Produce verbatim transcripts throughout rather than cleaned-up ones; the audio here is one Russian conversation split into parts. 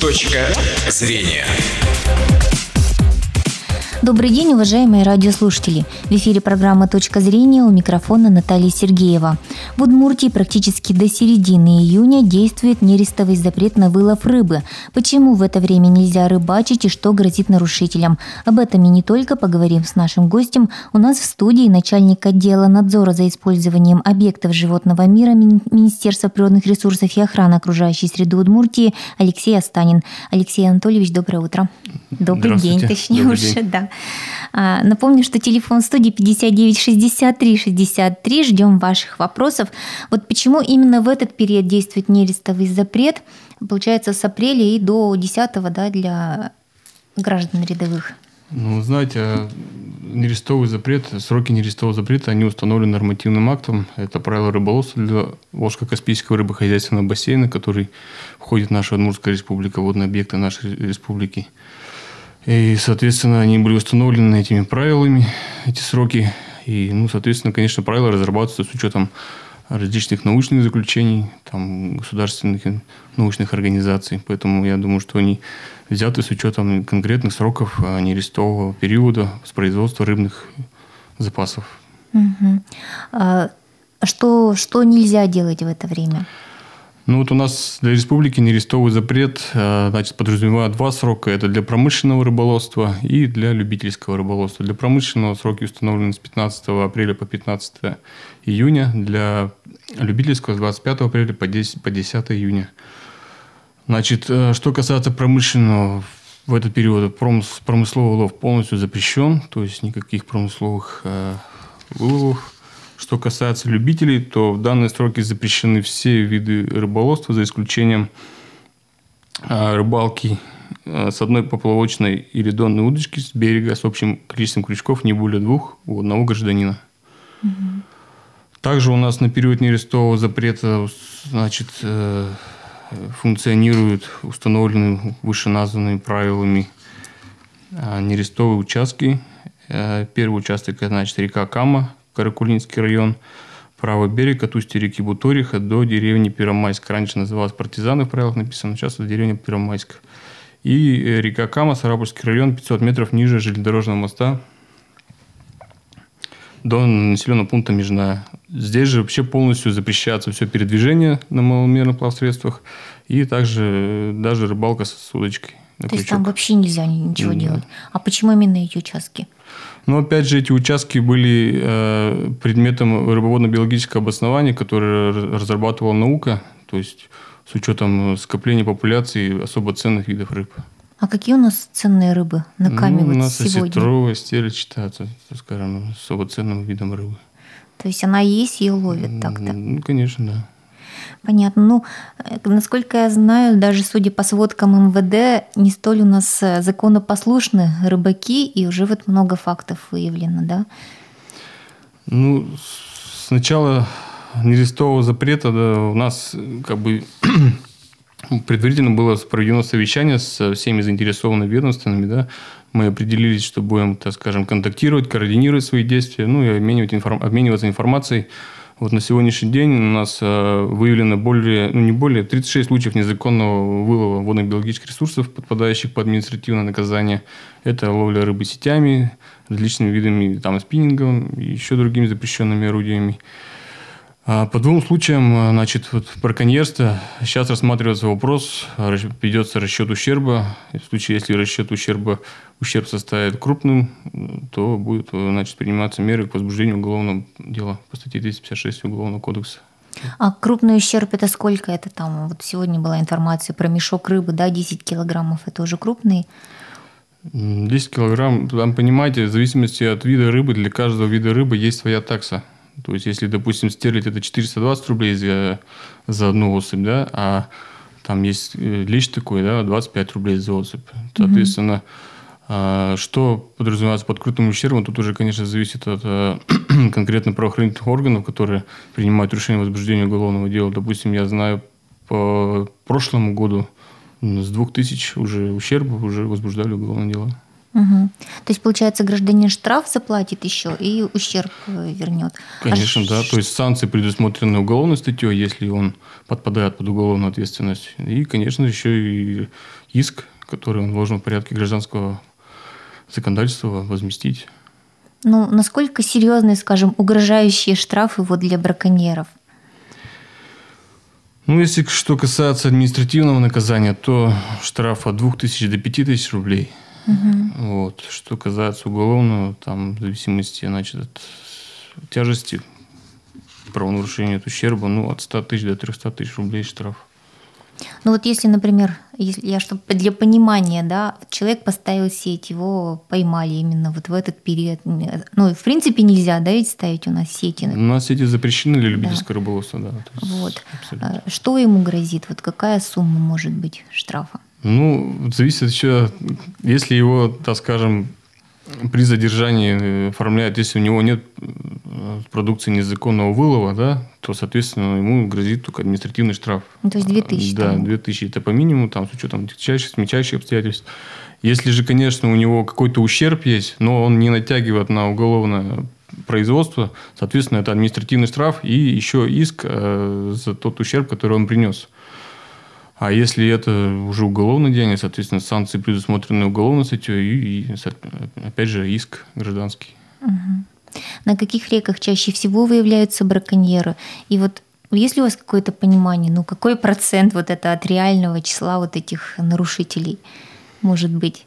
Точка зрения. Добрый день, уважаемые радиослушатели. В эфире программа «Точка зрения», у микрофона Наталья Сергеева. В Удмуртии практически до середины июня действует нерестовый запрет на вылов рыбы. Почему в это время нельзя рыбачить и что грозит нарушителям? Об этом и не только поговорим с нашим гостем. У нас в студии начальник отдела надзора за использованием объектов животного мира Министерства природных ресурсов и охраны окружающей среды Удмуртии Алексей Астанин. Алексей Анатольевич, доброе утро. Добрый день, точнее Добрый уже, день. да. Напомню, что телефон студии пятьдесят девять шестьдесят три шестьдесят три. Ждем ваших вопросов. Вот почему именно в этот период действует нерестовый запрет? Получается, с апреля и до десятого, да, для граждан рядовых. Ну, знаете, нерестовый запрет, сроки нерестового запрета, они установлены нормативным актом. Это правила рыболовства для Волжско-Каспийского рыбохозяйственного бассейна, который входит в наша Удмуртская республика, водные объекты нашей республики. И, соответственно, они были установлены этими правилами, эти сроки. И, ну, соответственно, конечно, правила разрабатываются с учетом различных научных заключений, там, государственных научных организаций. Поэтому я думаю, что они взяты с учетом конкретных сроков нерестового периода с производства рыбных запасов. Угу. А что, что нельзя делать в это время? Ну вот у нас для республики нерестовый запрет, значит, подразумевает два срока. Это для промышленного рыболовства и для любительского рыболовства. Для промышленного сроки установлены с пятнадцатого апреля по пятнадцатое июня. Для любительского с двадцать пятого апреля по десятое июня. Значит, что касается промышленного, в этот период промысловый лов полностью запрещен. То есть никаких промысловых выловов. Что касается любителей, то в данные сроки запрещены все виды рыболовства, за исключением рыбалки с одной поплавочной или донной удочки с берега с общим количеством крючков не более двух у одного гражданина. Угу. Также у нас на период нерестового запрета, значит, функционируют установленные вышеназванными правилами нерестовые участки. Первый участок – это, значит, река Кама, Каракулинский район, правый берег от устья реки Буториха до деревни Первомайск. Раньше называлась Партизаны, в правилах написано, сейчас это деревня Первомайск. И река Кама, Сарапульский район, пятьсот метров ниже железнодорожного моста до населенного пункта Межная. Здесь же вообще полностью запрещается все передвижение на маломерных плавсредствах и также даже рыбалка с удочкой. То есть там вообще нельзя ничего да. делать. А почему именно эти участки? Но опять же, эти участки были э, предметом рыбоводно-биологического обоснования, которое разрабатывала наука, то есть с учетом скопления популяции особо ценных видов рыб. А какие у нас ценные рыбы на Каме ну, вот у нас сегодня? осетровая стель считается, скажем, особо ценным видом рыбы. То есть она есть и ловит так-то? Ну, конечно, да. Понятно. Ну, насколько я знаю, даже судя по сводкам эм вэ дэ, не столь у нас законопослушны рыбаки, и уже вот много фактов выявлено, да? Ну, с начала нерестового запрета да, у нас как бы предварительно было проведено совещание со всеми заинтересованными ведомствами, да. Мы определились, что будем, так скажем, контактировать, координировать свои действия, ну и обменивать информ... обмениваться информацией. Вот на сегодняшний день у нас э, выявлено более, ну не более, тридцать шесть случаев незаконного вылова водно-биологических ресурсов, подпадающих под административное наказание. Это ловля рыбы сетями, различными видами там, спиннингом и еще другими запрещенными орудиями. А по двум случаям, значит, вот браконьерство. Сейчас рассматривается вопрос, ведется расчет ущерба. В случае, если расчет ущерба, ущерб составит крупным, то будет, значит, приниматься меры к возбуждению уголовного дела по статье двести пятьдесят шесть Уголовного кодекса. А крупный ущерб это сколько? Это там, вот сегодня была информация про мешок рыбы, да, десять килограммов, это уже крупный? десять килограмм, там, понимаете, в зависимости от вида рыбы, для каждого вида рыбы есть своя такса. То есть, если, допустим, стерлядь это четыреста двадцать рублей за, за одну особь, да, а там есть лещ такой, да, двадцать пять рублей за особь. Соответственно, mm-hmm. что подразумевается под крупным ущербом, тут уже, конечно, зависит от конкретно правоохранительных органов, которые принимают решение о возбуждении уголовного дела. Допустим, я знаю, по прошлому году с двух тысяч уже ущерба уже возбуждали уголовное дело. Угу. То есть, получается, гражданин штраф заплатит еще и ущерб вернет. Конечно, а да. ш... То есть санкции предусмотрены уголовной статьей, если он подпадает под уголовную ответственность. И, конечно, еще и иск, который он должен в порядке гражданского законодательства возместить. Ну, насколько серьезные, скажем, угрожающие штрафы вот для браконьеров? Ну, если что касается административного наказания, то штраф от двух тысяч до пяти тысяч рублей. Угу. Вот. Что касается уголовного, там в зависимости, значит, от тяжести правонарушения, от ущерба, ну, от ста тысяч до трехсот тысяч рублей штраф. Ну вот если, например, если я чтобы для понимания, да, человек поставил сеть, его поймали именно вот в этот период. Ну, в принципе, нельзя, да, ведь ставить у нас сети. У нас сети запрещены для любительского да. рыболовства, да. Вот. Абсолютно. Что ему грозит? Вот какая сумма может быть штрафа? Ну, зависит еще, если его, так скажем, при задержании оформляют, если у него нет продукции незаконного вылова, да, то, соответственно, ему грозит только административный штраф. Ну, то есть две тысячи. Да, две тысячи. Это по минимуму, там, с учетом тягчайших, смягчающих обстоятельств. Если же, конечно, у него какой-то ущерб есть, но он не натягивает на уголовное производство, соответственно, это административный штраф и еще иск э, за тот ущерб, который он принес. А если это уже уголовное деяние, соответственно, санкции предусмотрены уголовной статьей и, и, опять же, иск гражданский. Угу. На каких реках чаще всего выявляются браконьеры? И вот есть ли у вас какое-то понимание, ну какой процент вот это от реального числа вот этих нарушителей может быть?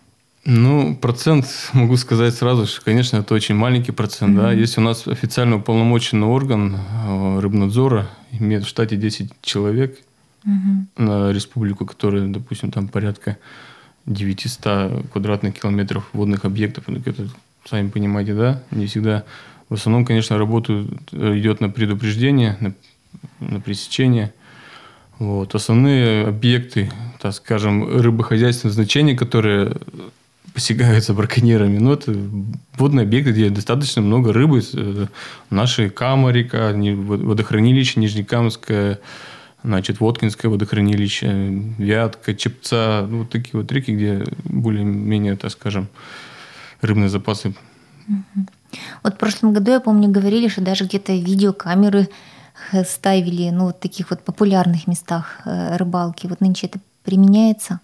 Ну, процент, могу сказать сразу, что, конечно, это очень маленький процент. Mm-hmm. Да? Если у нас официально уполномоченный орган рыбнадзора, имеет в штате десять человек, угу. на республику, которая, допустим, там порядка девятьсот квадратных километров водных объектов. Это, сами понимаете, да, не всегда. В основном, конечно, работа идет на предупреждение, на, на пресечение. Вот. Основные объекты, так скажем, рыбохозяйственного значения, которые посягаются браконьерами, ну, это водные объекты, где достаточно много рыбы. Наши Кама река, водохранилище Нижнекамское, значит, Воткинское водохранилище, Вятка, Чепца, ну, вот такие вот реки, где более-менее, так скажем, рыбные запасы. Вот в прошлом году, я помню, говорили, что даже где-то видеокамеры ставили, ну, вот в таких вот популярных местах рыбалки. Вот нынче это применяется?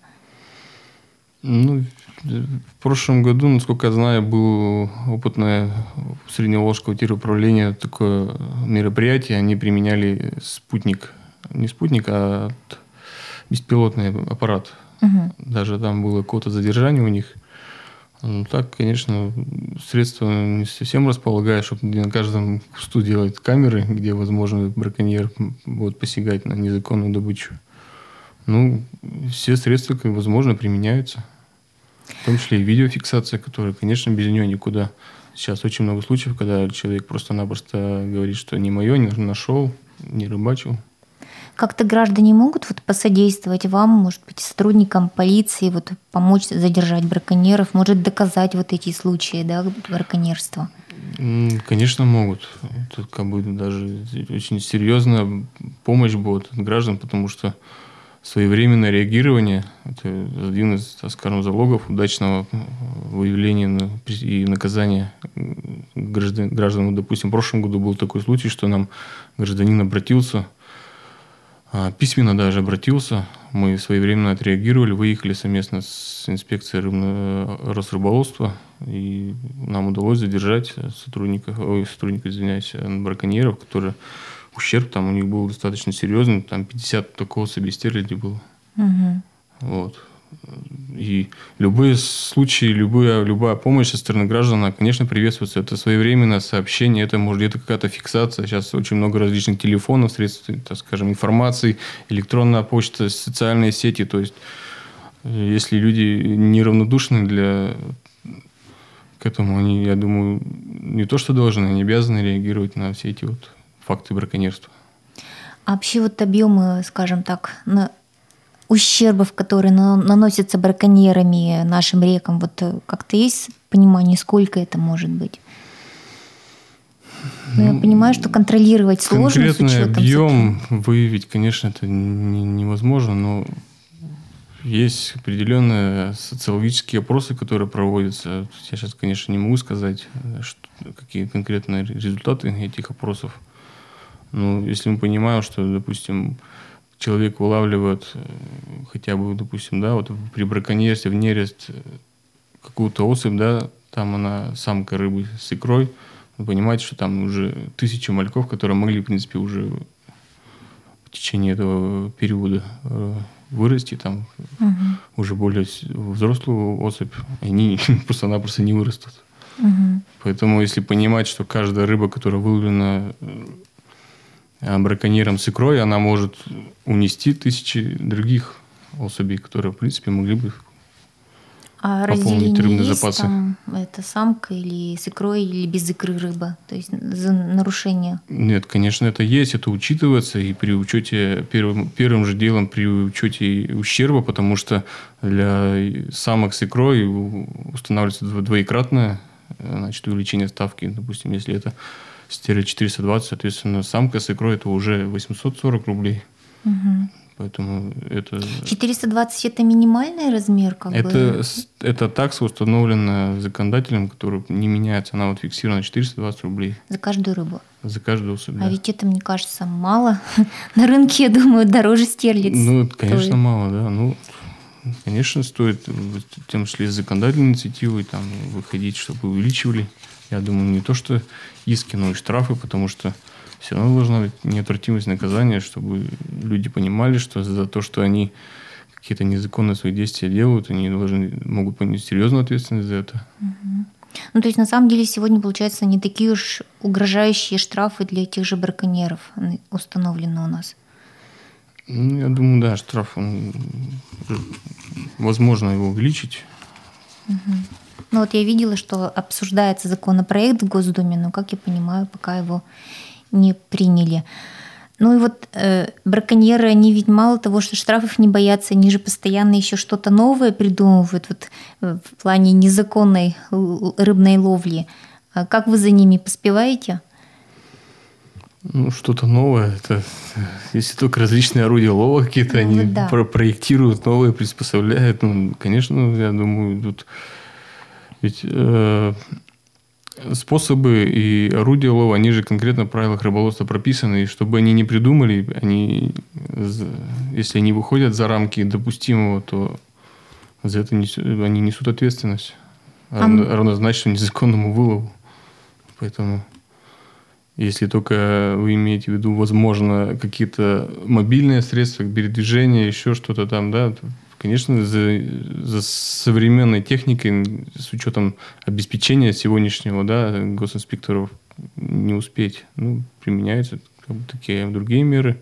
Ну, в прошлом году, насколько я знаю, было опытное Средневолжского тироуправления такое мероприятие. Они применяли спутник. Не спутник, а беспилотный аппарат. Угу. Даже там было какое-то задержание у них. Ну, так, конечно, средства не совсем располагают, чтобы на каждом кусту делать камеры, где, возможно, браконьер будет посягать на незаконную добычу. Ну, все средства, как возможно, применяются. В том числе и видеофиксация, которая, конечно, без нее никуда. Сейчас очень много случаев, когда человек просто-напросто говорит, что не мое, не нашел, не рыбачил. Как-то граждане могут вот посодействовать вам, может быть, сотрудникам полиции, вот помочь задержать браконьеров, может доказать вот эти случаи, да, браконьерства? Конечно, могут. Тут как бы даже очень серьезная помощь будет от граждан, потому что своевременное реагирование – это один из, так скажем, залогов удачного выявления и наказания граждан. граждан. Допустим, в прошлом году был такой случай, что нам гражданин обратился, письменно даже обратился, мы своевременно отреагировали, выехали совместно с инспекцией рыбного Росрыболовства, и нам удалось задержать сотрудников, ой, сотрудников, извиняюсь, браконьеров, которые ущерб там у них был достаточно серьезный, там пятьдесят такого себестерляди было. Угу. Вот. И любые случаи, любая, любая помощь со стороны граждан, она, конечно, приветствуется. Это своевременное сообщение, это может где-то какая-то фиксация. Сейчас очень много различных телефонов, средств, так скажем, информации, электронная почта, социальные сети. То есть, если люди неравнодушны для... к этому, они, я думаю, не то что должны, они обязаны реагировать на все эти вот факты браконьерства. А вообще вот объемы, скажем так, на... ущербов, которые наносятся браконьерами нашим рекам, вот как-то есть понимание, сколько это может быть? Ну, ну, я понимаю, что контролировать сложно с учетом... Конкретный объем выявить, конечно, это не, невозможно, но есть определенные социологические опросы, которые проводятся. Я сейчас, конечно, не могу сказать, что, какие конкретные результаты этих опросов. Но если мы понимаем, что, допустим, человек вылавливает хотя бы, допустим, да, вот при браконьерстве в нерест какую-то особь, да, там она самка рыбы с икрой, вы понимаете, что там уже тысячи мальков, которые могли, в принципе, уже в течение этого периода вырасти, там угу. уже более взрослую особь, они просто-напросто не вырастут. Угу. Поэтому, если понимать, что каждая рыба, которая выловлена браконьером с икрой, она может унести тысячи других особей, которые, в принципе, могли бы а пополнить рыбные есть запасы. Там, это самка или с икрой, или без икры рыба? То есть за нарушение? Нет, конечно, это есть, это учитывается. И при учете, первым, первым же делом при учете ущерба, потому что для самок с икрой устанавливается двоекратное, значит, увеличение ставки. Допустим, если это стерео четыреста двадцать, соответственно, самка с икрой это уже восемьсот сорок рублей. Угу. Поэтому это... четыреста двадцать это минимальный размер? Как это, бы? это такса, установленная законодателем, которая не меняется. Она вот фиксирована четыреста двадцать рублей. За каждую рыбу? За каждую особь, А да. ведь это, мне кажется, мало. На рынке, я думаю, дороже стерлиц. Ну, это, конечно, стоит. Мало, да. Ну, конечно, стоит, в том числе с законодательной инициативой, там, выходить, чтобы увеличивали. Я думаю, не то, что иски, но и штрафы, потому что все равно должна быть неотвратимость наказания, чтобы люди понимали, что за то, что они какие-то незаконные свои действия делают, они должны, могут понести серьезную ответственность за это. Угу. Ну, то есть, на самом деле, сегодня, получается, не такие уж угрожающие штрафы для тех же браконьеров установлены у нас. Ну, я думаю, да, штраф, он, возможно его увеличить. Угу. Ну, вот я видела, что обсуждается законопроект в Госдуме, но, как я понимаю, пока его не приняли. Ну и вот э, браконьеры, они ведь мало того, что штрафов не боятся, они же постоянно еще что-то новое придумывают вот, э, в плане незаконной рыбной ловли. А как вы за ними поспеваете? Ну, что-то новое. Это, если только различные орудия лова какие-то, ну, они да. про- проектируют новые, приспособляют. Ну, конечно, я думаю, тут ведь... Э- способы и орудия лова, они же конкретно в правилах рыболовства прописаны, и чтобы они не придумали, они, если они выходят за рамки допустимого, то за это несут, они несут ответственность равно, а... равнозначно незаконному вылову. Поэтому, если только вы имеете в виду, возможно, какие-то мобильные средства передвижения, еще что-то там, да, то, конечно, за, за современной техникой, с учетом обеспечения сегодняшнего, да, госинспекторов, не успеть. Ну, применяются как бы такие другие меры.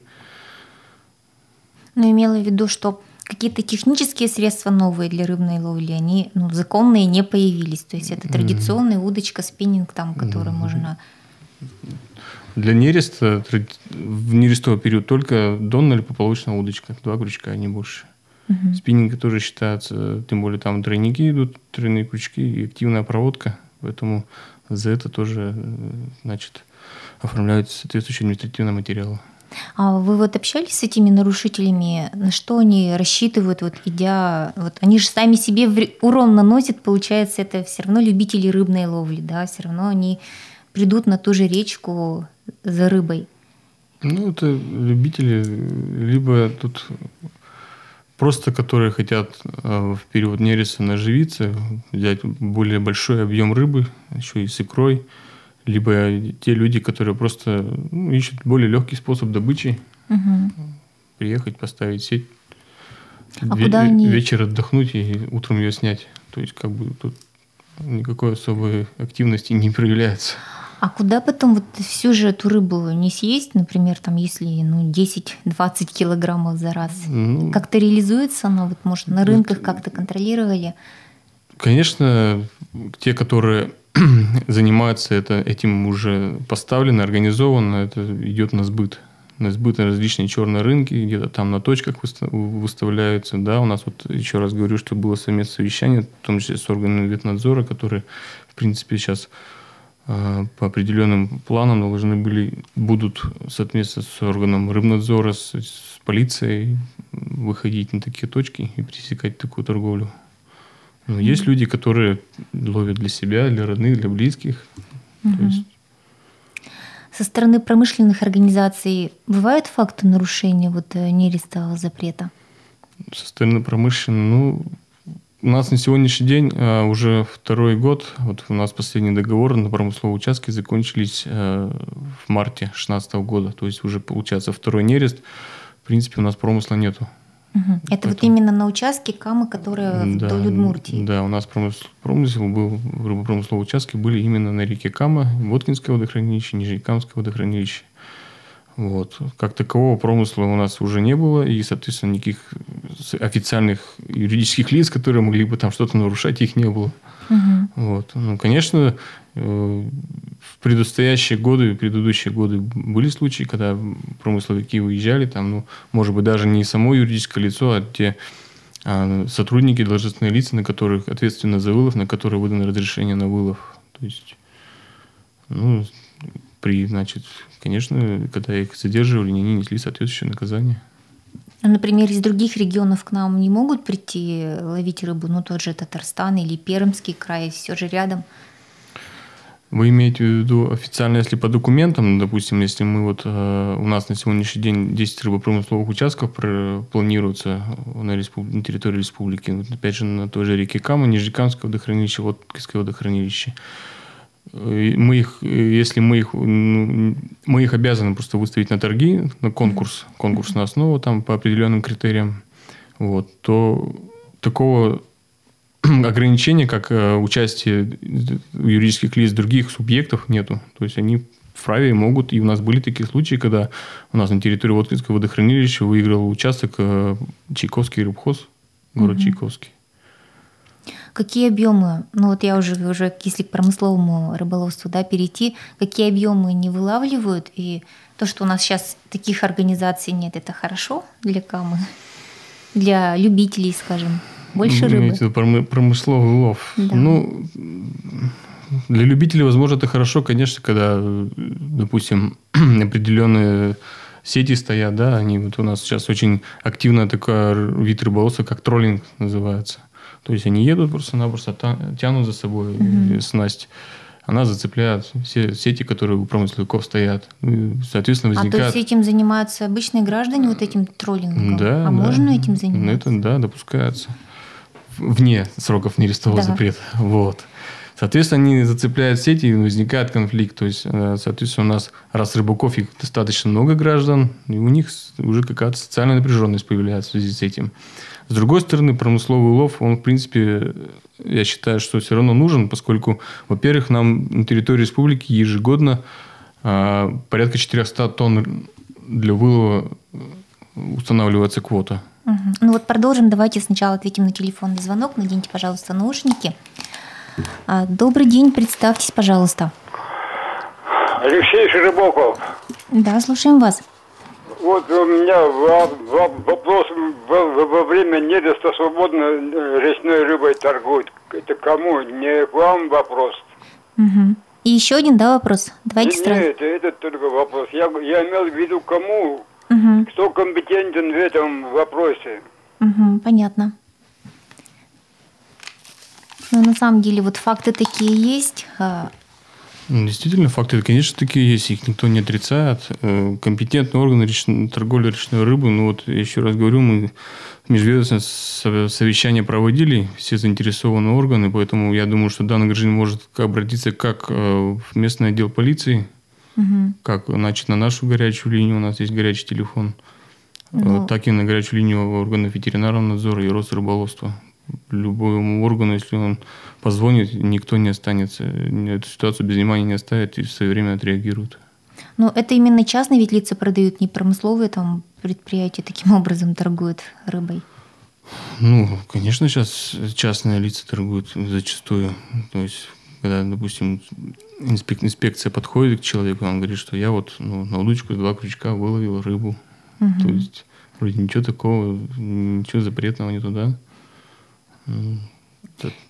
Но имела в виду, что какие-то технические средства новые для рыбной ловли, они ну, законные не появились. То есть это традиционная удочка, спиннинг, там, который mm-hmm. можно... Для нереста в нерестовый период только донная или поплавочная удочка. Два крючка, а не больше. Uh-huh. Спиннинги тоже считаются, тем более там тройники идут, тройные крючки и активная проводка. Поэтому за это тоже, значит, оформляются соответствующие административные материалы. А вы вот общались с этими нарушителями? На что они рассчитывают, вот идя... Вот они же сами себе урон наносят, получается, это все равно любители рыбной ловли, да? Все равно они придут на ту же речку за рыбой. Ну, это любители, либо тут... Просто которые хотят э, в период нереста наживиться, взять более большой объем рыбы, еще и с икрой. Либо те люди, которые просто ну, ищут более легкий способ добычи. Угу. Приехать, поставить сеть, а ве- куда они... вечер отдохнуть и утром ее снять. То есть как бы тут никакой особой активности не проявляется. А куда потом вот всю же эту рыбу не съесть, например, там, если ну, десять-двадцать килограммов за раз? Ну, как-то реализуется оно? Вот, может, на рынках это... как-то контролировали? Конечно, те, которые занимаются это, этим уже поставлено, организовано, это идет на сбыт. На сбыт на различные черные рынки, где-то там на точках выставляются. Да, у нас вот еще раз говорю, что было совместное совещание, в том числе с органами ветнадзора, которые, в принципе, сейчас по определенным планам должны были, будут соответственно с органом рыбнадзора, с, с полицией выходить на такие точки и пресекать такую торговлю. Но mm-hmm. есть люди, которые ловят для себя, для родных, для близких. Mm-hmm. То есть... Со стороны промышленных организаций бывают факты нарушения вот нерестового запрета? Со стороны промышленных, ну, у нас на сегодняшний день а, уже второй год, вот у нас последний договор на промысловые участки закончились а, в марте две тысячи шестнадцатого года, то есть уже получается второй нерест, в принципе у нас промысла нету. Угу. Это Поэтому... вот именно на участке Камы, которые да, вдоль Удмуртии? Да, у нас промысел, промысел был, рыбопромысловые участки были именно на реке Кама, Воткинское водохранилище, Нижнекамское водохранилище. Вот. Как такового промысла у нас уже не было, и, соответственно, никаких официальных юридических лиц, которые могли бы там что-то нарушать, их не было. Угу. Вот. Ну, конечно, в предстоящие годы, предыдущие годы были случаи, когда промысловики уезжали, там, ну, может быть, даже не само юридическое лицо, а те а, сотрудники, должностные лица, на которых ответственны за вылов, на которые выдано разрешение на вылов. То есть, ну, при, значит, конечно, когда их задерживали, они несли соответствующее наказание. А, например, из других регионов к нам не могут прийти ловить рыбу, ну, тот же Татарстан или Пермский край, все же рядом? Вы имеете в виду официально, если по документам, допустим, если мы вот, э, у нас на сегодняшний день десять рыбопромысловых участков планируется на, республи... на территории республики, вот, опять же, на той же реке Кама, Нижнекамское водохранилище, Воткинское водохранилище. Мы их, если мы их, мы их обязаны просто выставить на торги, на конкурс, конкурсную основу там по определенным критериям, вот, то такого ограничения, как участие юридических лиц других субъектов, нету. То есть они вправе могут, и у нас были такие случаи, когда у нас на территории Воткинского водохранилища выиграл участок Чайковский рыбхоз, город mm-hmm. Чайковский. Какие объемы, ну вот я уже, уже если к промысловому рыболовству, да, перейти, какие объемы не вылавливают, и то, что у нас сейчас таких организаций нет, это хорошо для Камы, для любителей, скажем, больше рыбы? Имеете в виду промысловый лов? Да. Ну, для любителей, возможно, это хорошо, конечно, когда, допустим, определенные сети стоят, да, они вот у нас сейчас очень активно такой вид рыболовства, как троллинг называется. То есть они едут просто-напросто, тянут за собой uh-huh. снасть. Она зацепляет все сети, которые у промысловиков стоят. Соответственно, возникает... А то есть этим занимаются обычные граждане, вот этим троллингом? Да. А да. можно этим заниматься? Это, да, допускается. Вне сроков нерестового да. запрета. Вот. Соответственно, они зацепляют сети, и возникает конфликт. То есть, соответственно, у нас, раз рыбаков, их достаточно много граждан, и у них уже какая-то социальная напряженность появляется в связи с этим. С другой стороны, промысловый улов, он, в принципе, я считаю, что все равно нужен, поскольку, во-первых, нам на территории республики ежегодно а, порядка четыреста тонн для вылова устанавливается квота. Угу. Ну вот продолжим. Давайте сначала ответим на телефонный звонок. Наденьте, пожалуйста, наушники. А, добрый день, представьтесь, пожалуйста. Алексей Шеребоков. Да, слушаем вас. Вот у меня вопрос. Во время нереста свободно речной рыбой торгуют. Это кому? Не к вам вопрос. Угу. И еще один, да, вопрос? Давайте сразу. Нет, это только вопрос. Я, я имел в виду кому, угу. кто компетентен в этом вопросе. Угу, понятно. Но на самом деле вот факты такие есть. Действительно, факты, конечно, такие есть, их никто не отрицает. Компетентные органы речной, торговли речной рыбы, ну вот, я еще раз говорю, мы межведомственное совещание проводили, все заинтересованные органы, поэтому я думаю, что данный гражданин может обратиться как в местный отдел полиции, угу. как, значит, на нашу горячую линию, у нас есть горячий телефон, ну, так и на горячую линию органов ветеринарного надзора и Росрыболовства. Любому органу, если он позвонит, никто не останется, эту ситуацию без внимания не оставит и своевременно отреагирует. Но это именно частные ведь лица продают, не промысловые там предприятия таким образом торгуют рыбой? Ну, конечно, сейчас частные лица торгуют зачастую. То есть, когда, допустим, инспекция подходит к человеку, он говорит, что я вот ну, на удочку два крючка выловил рыбу. Угу. То есть, вроде ничего такого, ничего запретного нету, да?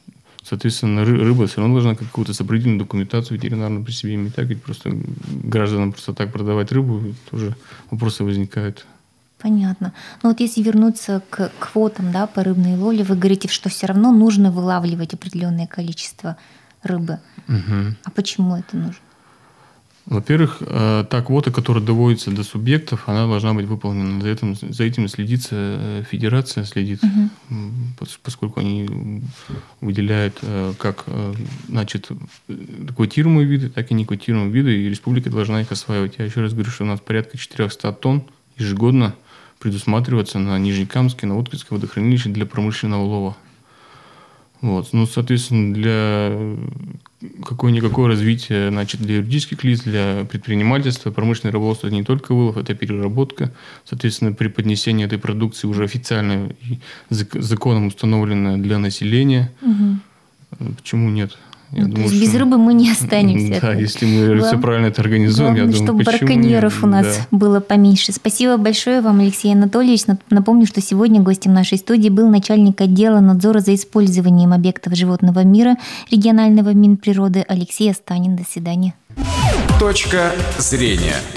Соответственно, рыба все равно должна какую-то сопроводительную документацию ветеринарную при себе иметь. Так ведь просто гражданам просто так продавать рыбу, тоже вопросы возникают. Понятно. Но вот если вернуться к квотам, да, по рыбной ловле, вы говорите, что все равно нужно вылавливать определенное количество рыбы. Угу. А почему это нужно? Во-первых, та квота, которая доводится до субъектов, она должна быть выполнена. За этим, за этим следится федерация, следит, угу. поскольку они выделяют как, значит, квотируемые виды, так и неквотируемые виды, и республика должна их осваивать. Я еще раз говорю, что у нас порядка четыреста тонн ежегодно предусматриваться на Нижнекамске, на Уткальском водохранилище для промышленного лова. Вот. Ну, соответственно, для какое-никакое развитие, значит, для юридических лиц, для предпринимательства, промышленное рыболовство – это не только вылов, это переработка. Соответственно, при поднесении этой продукции уже официально законом установленная для населения. Угу. Почему нет? Я ну, думаю, то есть без что... рыбы мы не останемся. Да, если мы Глав... все правильно это организуем, Главное, я думаю, чтобы браконьеров нет? у нас да. было поменьше. Спасибо большое вам, Алексей Анатольевич. Напомню, что сегодня гостем нашей студии был начальник отдела надзора за использованием объектов животного мира регионального Минприроды Алексей Астанин. До свидания. Точка зрения.